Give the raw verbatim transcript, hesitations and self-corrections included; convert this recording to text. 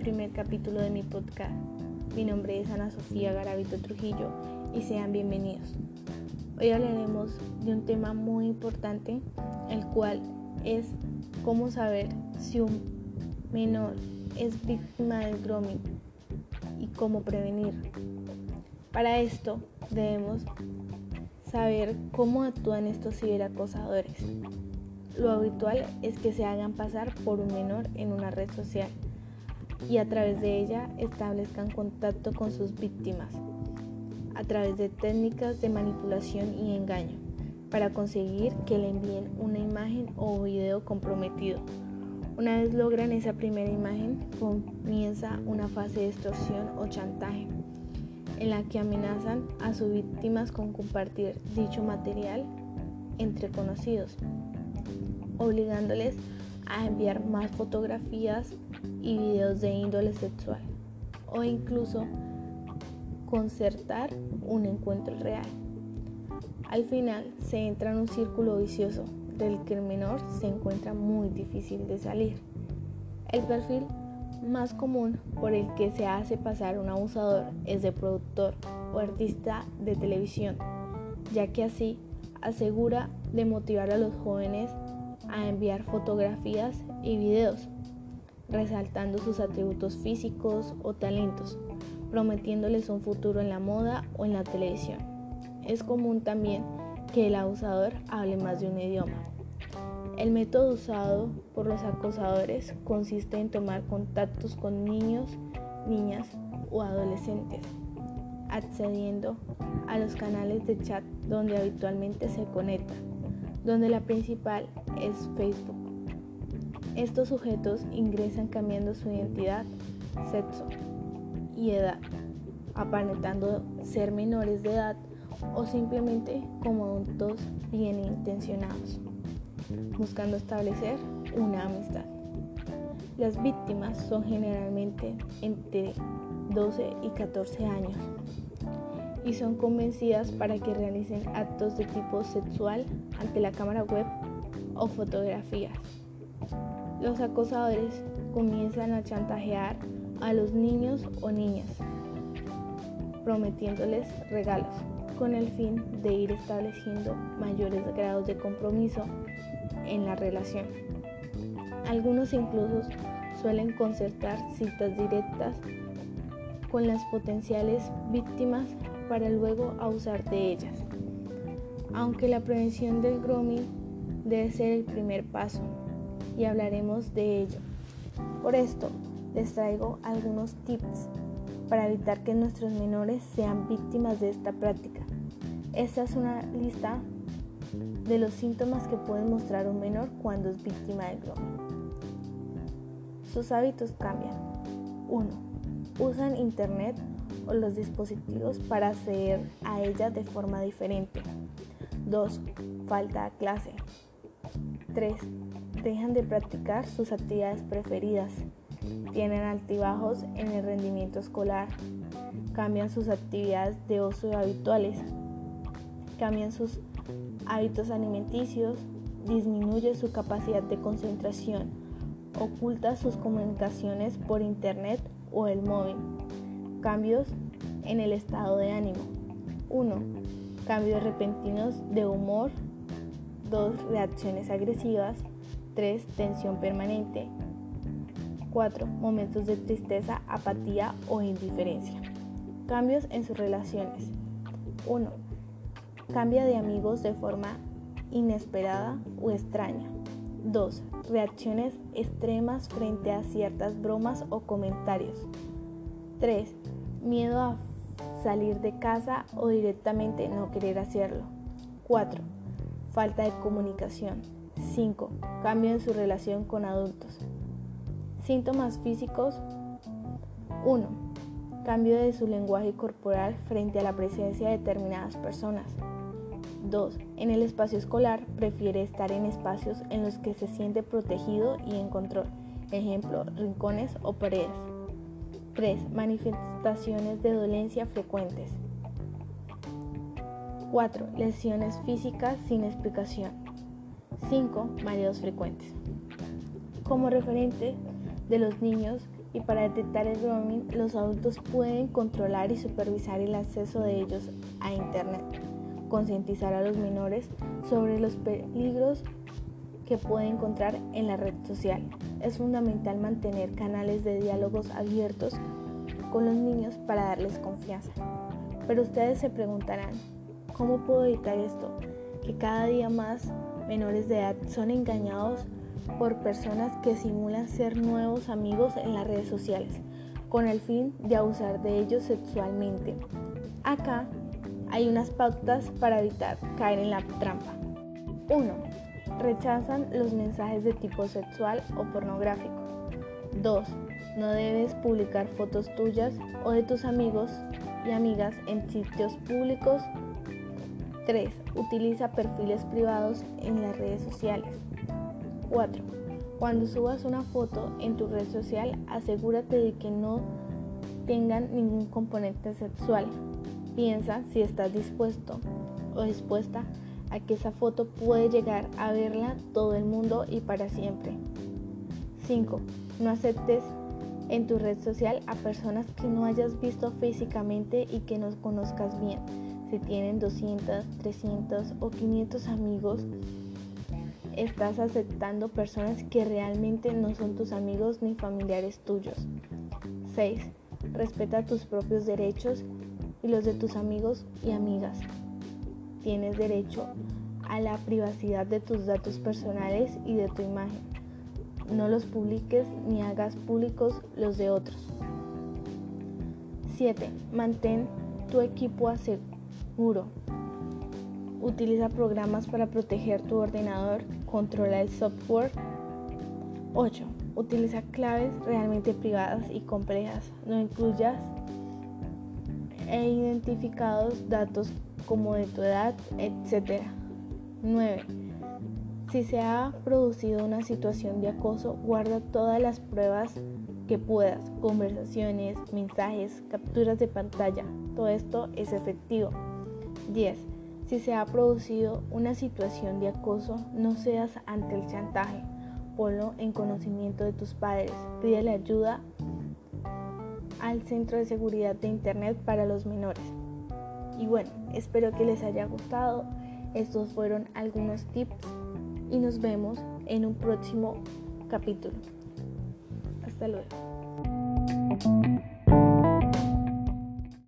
primer capítulo de mi podcast. Mi nombre es Ana Sofía Garavito Trujillo y sean bienvenidos. Hoy hablaremos de un tema muy importante, el cual es cómo saber si un menor es víctima del grooming y cómo prevenir. Para esto debemos saber cómo actúan estos ciberacosadores. Lo habitual es que se hagan pasar por un menor en una red social y a través de ella establezcan contacto con sus víctimas a través de técnicas de manipulación y engaño para conseguir que le envíen una imagen o video comprometido. Una vez logran esa primera imagen, comienza una fase de extorsión o chantaje en la que amenazan a sus víctimas con compartir dicho material entre conocidos, obligándoles a enviar más fotografías y videos de índole sexual o incluso concertar un encuentro real. Al final se entra en un círculo vicioso del que el menor se encuentra muy difícil de salir. El perfil más común por el que se hace pasar un abusador es de productor o artista de televisión, ya que así asegura de motivar a los jóvenes a enviar fotografías y videos, resaltando sus atributos físicos o talentos, prometiéndoles un futuro en la moda o en la televisión. Es común también que el abusador hable más de un idioma. El método usado por los acosadores consiste en tomar contactos con niños, niñas o adolescentes, accediendo a los canales de chat donde habitualmente se conectan, donde la principal es Facebook. Estos sujetos ingresan cambiando su identidad, sexo y edad, aparentando ser menores de edad o simplemente como adultos bien intencionados, buscando establecer una amistad. Las víctimas son generalmente entre doce y catorce años y son convencidas para que realicen actos de tipo sexual ante la cámara web o fotografías. Los acosadores comienzan a chantajear a los niños o niñas, prometiéndoles regalos, con el fin de ir estableciendo mayores grados de compromiso en la relación. Algunos incluso suelen concertar citas directas con las potenciales víctimas para luego abusar de ellas. Aunque la prevención del grooming debe ser el primer paso, y hablaremos de ello. Por esto, les traigo algunos tips para evitar que nuestros menores sean víctimas de esta práctica. Esta es una lista de los síntomas que pueden mostrar un menor cuando es víctima del grooming. Sus hábitos cambian. uno. Usan internet o los dispositivos para acceder a ella de forma diferente. dos. Falta a clase. tres. Dejan de practicar sus actividades preferidas. Tienen altibajos en el rendimiento escolar. Cambian sus actividades de ocio habituales. Cambian sus hábitos alimenticios. Disminuye su capacidad de concentración. Oculta sus comunicaciones por internet o el móvil. Cambios en el estado de ánimo. uno. Cambios repentinos de humor. dos. Reacciones agresivas. tres. Tensión permanente. cuatro. Momentos de tristeza, apatía o indiferencia. Cambios en sus relaciones. uno. Cambia de amigos de forma inesperada o extraña. dos. Reacciones extremas frente a ciertas bromas o comentarios. tres. Miedo a salir de casa o directamente no querer hacerlo. cuatro. Falta de comunicación. cinco. Cambio en su relación con adultos. Síntomas físicos. uno. Cambio de su lenguaje corporal frente a la presencia de determinadas personas. dos. En el espacio escolar prefiere estar en espacios en los que se siente protegido y en control. Ejemplo, rincones o paredes. tres. Manifestaciones de dolencia frecuentes. cuatro. Lesiones físicas sin explicación. cinco. Mareos frecuentes. Como referente de los niños Y para detectar el grooming, los adultos pueden controlar y supervisar el acceso de ellos a Internet, concientizar a los menores sobre los peligros que pueden encontrar en la red social. Es fundamental mantener canales de diálogos abiertos con los niños para darles confianza. Pero ustedes se preguntarán, ¿cómo puedo evitar esto? Que cada día más menores de edad son engañados por personas que simulan ser nuevos amigos en las redes sociales, con el fin de abusar de ellos sexualmente. Acá hay unas pautas para evitar caer en la trampa. uno. Rechazan los mensajes de tipo sexual o pornográfico. dos. No debes publicar fotos tuyas o de tus amigos y amigas en sitios públicos. tres. Utiliza perfiles privados en las redes sociales. cuatro. Cuando subas una foto en tu red social, asegúrate de que no tengan ningún componente sexual. Piensa si estás dispuesto o dispuesta a que esa foto puede llegar a verla todo el mundo y para siempre. cinco. No aceptes en tu red social a personas que no hayas visto físicamente y que no conozcas bien. Si tienen doscientos, trescientos o quinientos amigos, estás aceptando personas que realmente no son tus amigos ni familiares tuyos. seis. Respeta tus propios derechos y los de tus amigos y amigas. Tienes derecho a la privacidad de tus datos personales y de tu imagen. No los publiques ni hagas públicos los de otros. siete. Mantén tu equipo a seguro. Utiliza programas para proteger tu ordenador. Controla el software. ocho. Utiliza claves realmente privadas y complejas. No incluyas e identificados datos como de tu edad, etcétera. nueve. Si se ha producido una situación de acoso, guarda todas las pruebas que puedas, conversaciones, mensajes, capturas de pantalla. Todo esto es efectivo. diez. Si se ha producido una situación de acoso, no cedas ante el chantaje. Ponlo en conocimiento de tus padres. Pídele ayuda al Centro de Seguridad de Internet para los Menores. Y bueno, espero que les haya gustado. Estos fueron algunos tips y nos vemos en un próximo capítulo. Hasta luego.